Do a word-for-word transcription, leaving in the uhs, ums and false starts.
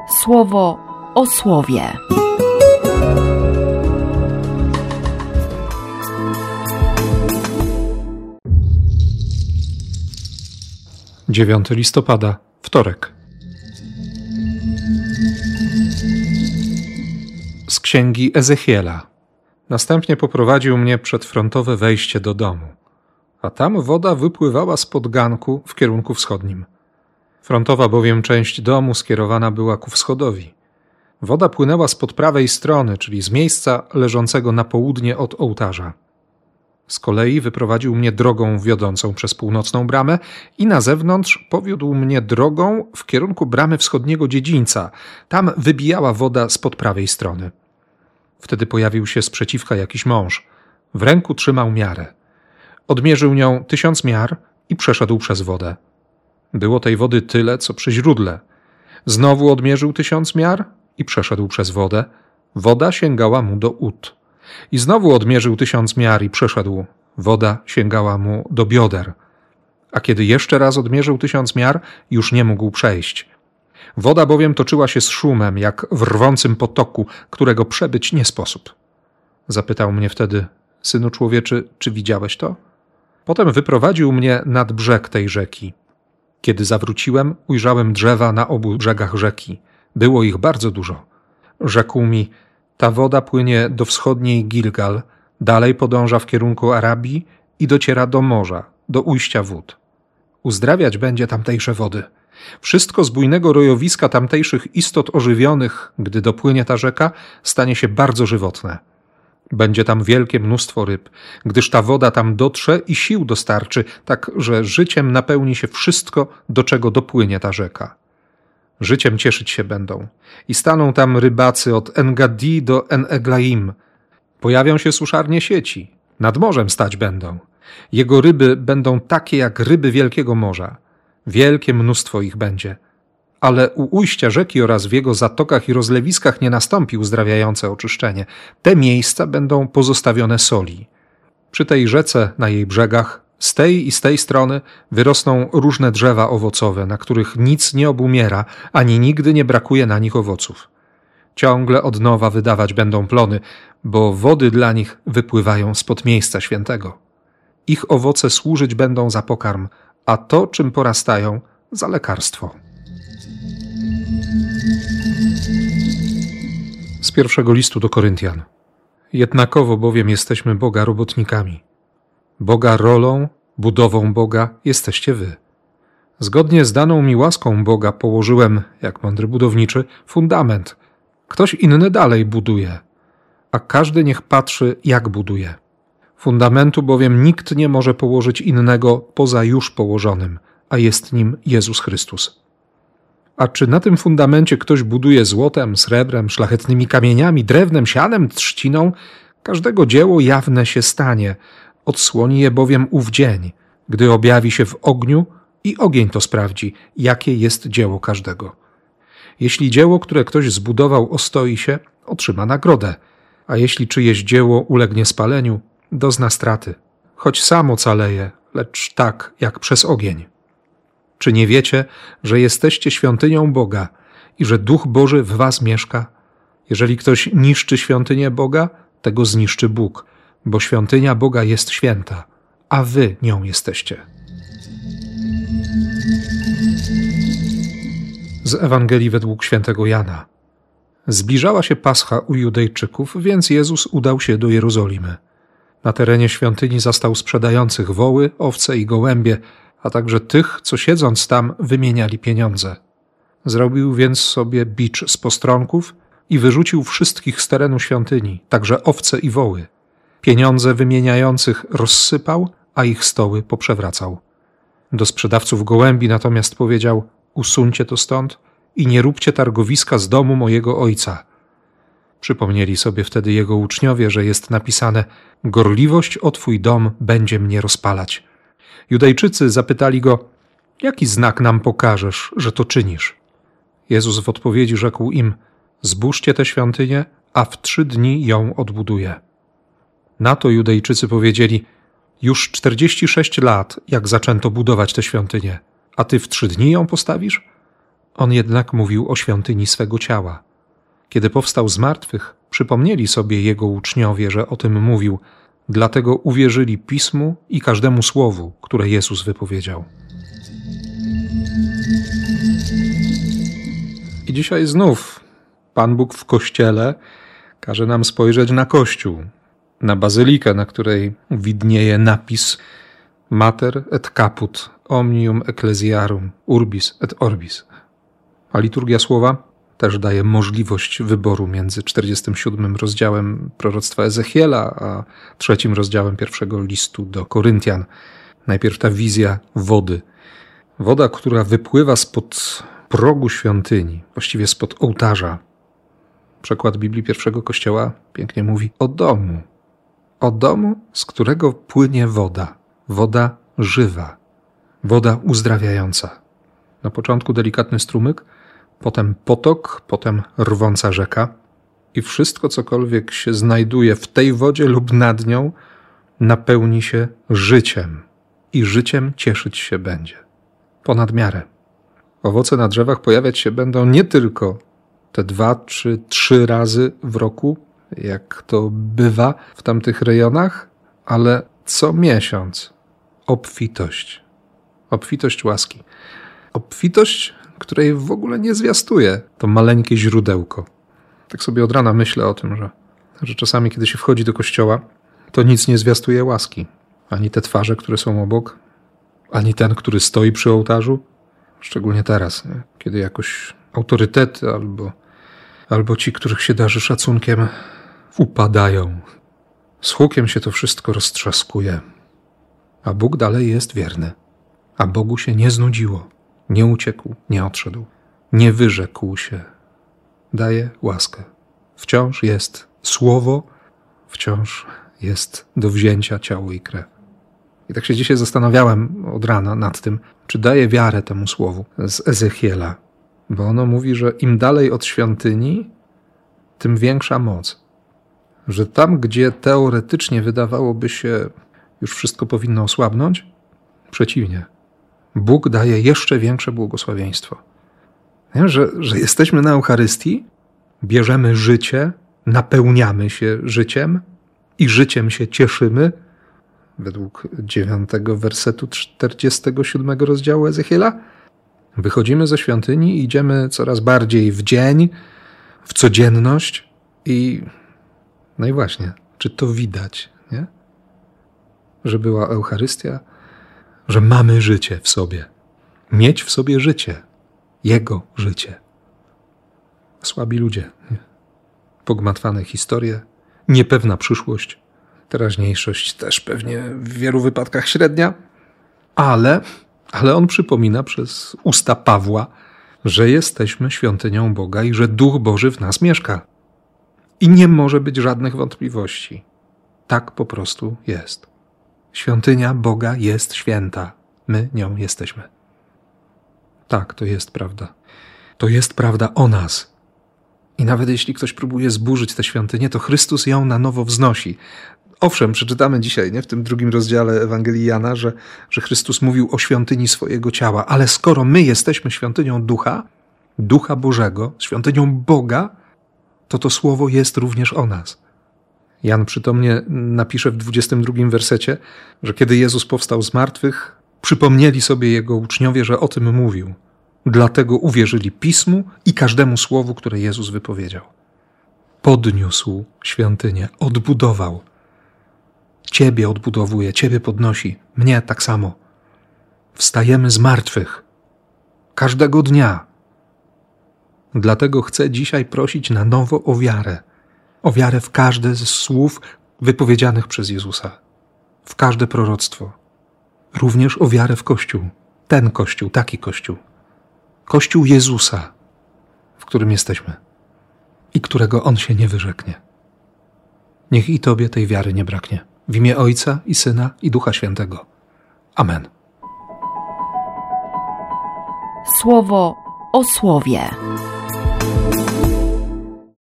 Słowo o słowie. dziewiątego listopada, wtorek. Z księgi Ezechiela. Następnie poprowadził mnie przed frontowe wejście do domu, a tam woda wypływała spod ganku w kierunku wschodnim. Frontowa bowiem część domu skierowana była ku wschodowi. Woda płynęła spod prawej strony, czyli z miejsca leżącego na południe od ołtarza. Z kolei wyprowadził mnie drogą wiodącą przez północną bramę i na zewnątrz powiódł mnie drogą w kierunku bramy wschodniego dziedzińca. Tam wybijała woda spod prawej strony. Wtedy pojawił się sprzeciwka jakiś mąż. W ręku trzymał miarę. Odmierzył nią tysiąc miar i przeszedł przez wodę. Było tej wody tyle, co przy źródle. Znowu odmierzył tysiąc miar i przeszedł przez wodę. Woda sięgała mu do ud. I znowu odmierzył tysiąc miar i przeszedł. Woda sięgała mu do bioder. A kiedy jeszcze raz odmierzył tysiąc miar, już nie mógł przejść. Woda bowiem toczyła się z szumem, jak w rwącym potoku, którego przebyć nie sposób. Zapytał mnie wtedy: synu człowieczy, czy widziałeś to? Potem wyprowadził mnie nad brzeg tej rzeki. Kiedy zawróciłem, ujrzałem drzewa na obu brzegach rzeki. Było ich bardzo dużo. Rzekł mi: ta woda płynie do wschodniej Gilgal, dalej podąża w kierunku Arabii i dociera do morza, do ujścia wód. Uzdrawiać będzie tamtejsze wody. Wszystko z bujnego rojowiska tamtejszych istot ożywionych, gdy dopłynie ta rzeka, stanie się bardzo żywotne. Będzie tam wielkie mnóstwo ryb, gdyż ta woda tam dotrze i sił dostarczy, tak że życiem napełni się wszystko, do czego dopłynie ta rzeka. Życiem cieszyć się będą i staną tam rybacy od En-Gadi do En-Eglaim. Pojawią się suszarnie sieci, nad morzem stać będą. Jego ryby będą takie jak ryby wielkiego morza. Wielkie mnóstwo ich będzie. Ale u ujścia rzeki oraz w jego zatokach i rozlewiskach nie nastąpi uzdrawiające oczyszczenie. Te miejsca będą pozostawione soli. Przy tej rzece, na jej brzegach, z tej i z tej strony wyrosną różne drzewa owocowe, na których nic nie obumiera, ani nigdy nie brakuje na nich owoców. Ciągle od nowa wydawać będą plony, bo wody dla nich wypływają spod miejsca świętego. Ich owoce służyć będą za pokarm, a to, czym porastają, za lekarstwo. Z pierwszego listu do Koryntian. Jednakowo bowiem jesteśmy Boga robotnikami. Boga rolą, budową Boga jesteście wy. Zgodnie z daną mi łaską Boga położyłem, jak mądry budowniczy, fundament. Ktoś inny dalej buduje, a każdy niech patrzy, jak buduje. Fundamentu bowiem nikt nie może położyć innego poza już położonym, a jest nim Jezus Chrystus. A czy na tym fundamencie ktoś buduje złotem, srebrem, szlachetnymi kamieniami, drewnem, sianem, trzciną, każdego dzieło jawne się stanie, odsłoni je bowiem ów dzień, gdy objawi się w ogniu i ogień to sprawdzi, jakie jest dzieło każdego. Jeśli dzieło, które ktoś zbudował, ostoi się, otrzyma nagrodę, a jeśli czyjeś dzieło ulegnie spaleniu, dozna straty, choć sam ocaleje, lecz tak jak przez ogień. Czy nie wiecie, że jesteście świątynią Boga i że Duch Boży w was mieszka? Jeżeli ktoś niszczy świątynię Boga, tego zniszczy Bóg, bo świątynia Boga jest święta, a wy nią jesteście. Z Ewangelii według świętego Jana. Zbliżała się Pascha u Judejczyków, więc Jezus udał się do Jerozolimy. Na terenie świątyni zastał sprzedających woły, owce i gołębie, a także tych, co siedząc tam wymieniali pieniądze. Zrobił więc sobie bicz z postronków i wyrzucił wszystkich z terenu świątyni, także owce i woły. Pieniądze wymieniających rozsypał, a ich stoły poprzewracał. Do sprzedawców gołębi natomiast powiedział: usuńcie to stąd i nie róbcie targowiska z domu mojego ojca. Przypomnieli sobie wtedy jego uczniowie, że jest napisane: gorliwość o twój dom będzie mnie rozpalać. Judejczycy zapytali go: jaki znak nam pokażesz, że to czynisz? Jezus w odpowiedzi rzekł im: zbóżcie tę świątynię, a w trzy dni ją odbuduję. Na to Judejczycy powiedzieli: już czterdzieści sześć lat, jak zaczęto budować tę świątynię, a ty w trzy dni ją postawisz? On jednak mówił o świątyni swego ciała. Kiedy powstał z martwych, przypomnieli sobie jego uczniowie, że o tym mówił, dlatego uwierzyli Pismu i każdemu słowu, które Jezus wypowiedział. I dzisiaj znów Pan Bóg w Kościele każe nam spojrzeć na Kościół, na bazylikę, na której widnieje napis Mater et caput omnium ecclesiarum urbis et orbis. A liturgia słowa też daje możliwość wyboru między czterdziestym siódmym rozdziałem proroctwa Ezechiela, a trzecim rozdziałem pierwszego listu do Koryntian. Najpierw ta wizja wody. Woda, która wypływa spod progu świątyni, właściwie spod ołtarza. Przekład Biblii pierwszego Kościoła pięknie mówi o domu. O domu, z którego płynie woda. Woda żywa. Woda uzdrawiająca. Na początku delikatny strumyk, potem potok, potem rwąca rzeka i wszystko, cokolwiek się znajduje w tej wodzie lub nad nią, napełni się życiem i życiem cieszyć się będzie. Ponad miarę. Owoce na drzewach pojawiać się będą nie tylko te dwa czy trzy razy w roku, jak to bywa w tamtych rejonach, ale co miesiąc. Obfitość. Obfitość łaski. Obfitość, której w ogóle nie zwiastuje to maleńkie źródełko. Tak sobie od rana myślę o tym, że, że czasami, kiedy się wchodzi do kościoła, to nic nie zwiastuje łaski. Ani te twarze, które są obok, ani ten, który stoi przy ołtarzu. Szczególnie teraz, nie? Kiedy jakoś autorytety albo, albo ci, których się darzy szacunkiem, upadają. Z hukiem się to wszystko roztrzaskuje. A Bóg dalej jest wierny. A Bogu się nie znudziło. Nie uciekł, nie odszedł. Nie wyrzekł się. Daje łaskę. Wciąż jest słowo, wciąż jest do wzięcia ciało i krew. I tak się dzisiaj zastanawiałem od rana nad tym, czy daję wiarę temu słowu z Ezechiela. Bo ono mówi, że im dalej od świątyni, tym większa moc. Że tam, gdzie teoretycznie wydawałoby się, już wszystko powinno osłabnąć, przeciwnie. Bóg daje jeszcze większe błogosławieństwo. Nie? Że, że jesteśmy na Eucharystii, bierzemy życie, napełniamy się życiem i życiem się cieszymy, według dziewiątego wersetu czterdziestego siódmego rozdziału Ezechiela. Wychodzimy ze świątyni i idziemy coraz bardziej w dzień, w codzienność i no i właśnie, czy to widać, nie? Że była Eucharystia, że mamy życie w sobie. Mieć w sobie życie. Jego życie. Słabi ludzie. Nie? Pogmatwane historie, niepewna przyszłość, teraźniejszość też pewnie w wielu wypadkach średnia, ale, ale on przypomina przez usta Pawła, że jesteśmy świątynią Boga i że Duch Boży w nas mieszka. I nie może być żadnych wątpliwości. Tak po prostu jest. Świątynia Boga jest święta. My nią jesteśmy. Tak, to jest prawda. To jest prawda o nas. I nawet jeśli ktoś próbuje zburzyć tę świątynię, to Chrystus ją na nowo wznosi. Owszem, przeczytamy dzisiaj, nie, w tym drugim rozdziale Ewangelii Jana, że, że Chrystus mówił o świątyni swojego ciała, ale skoro my jesteśmy świątynią Ducha, Ducha Bożego, świątynią Boga, to to słowo jest również o nas. Jan przytomnie napisze w dwudziestym drugim wersecie, że kiedy Jezus powstał z martwych, przypomnieli sobie Jego uczniowie, że o tym mówił. Dlatego uwierzyli Pismu i każdemu słowu, które Jezus wypowiedział. Podniósł świątynię, odbudował. Ciebie odbudowuje, Ciebie podnosi, mnie tak samo. Wstajemy z martwych. Każdego dnia. Dlatego chcę dzisiaj prosić na nowo o wiarę. O wiarę w każde z słów wypowiedzianych przez Jezusa. W każde proroctwo. Również o wiarę w Kościół. Ten Kościół, taki Kościół. Kościół Jezusa, w którym jesteśmy i którego On się nie wyrzeknie. Niech i Tobie tej wiary nie braknie. W imię Ojca i Syna i Ducha Świętego. Amen. Słowo o słowie.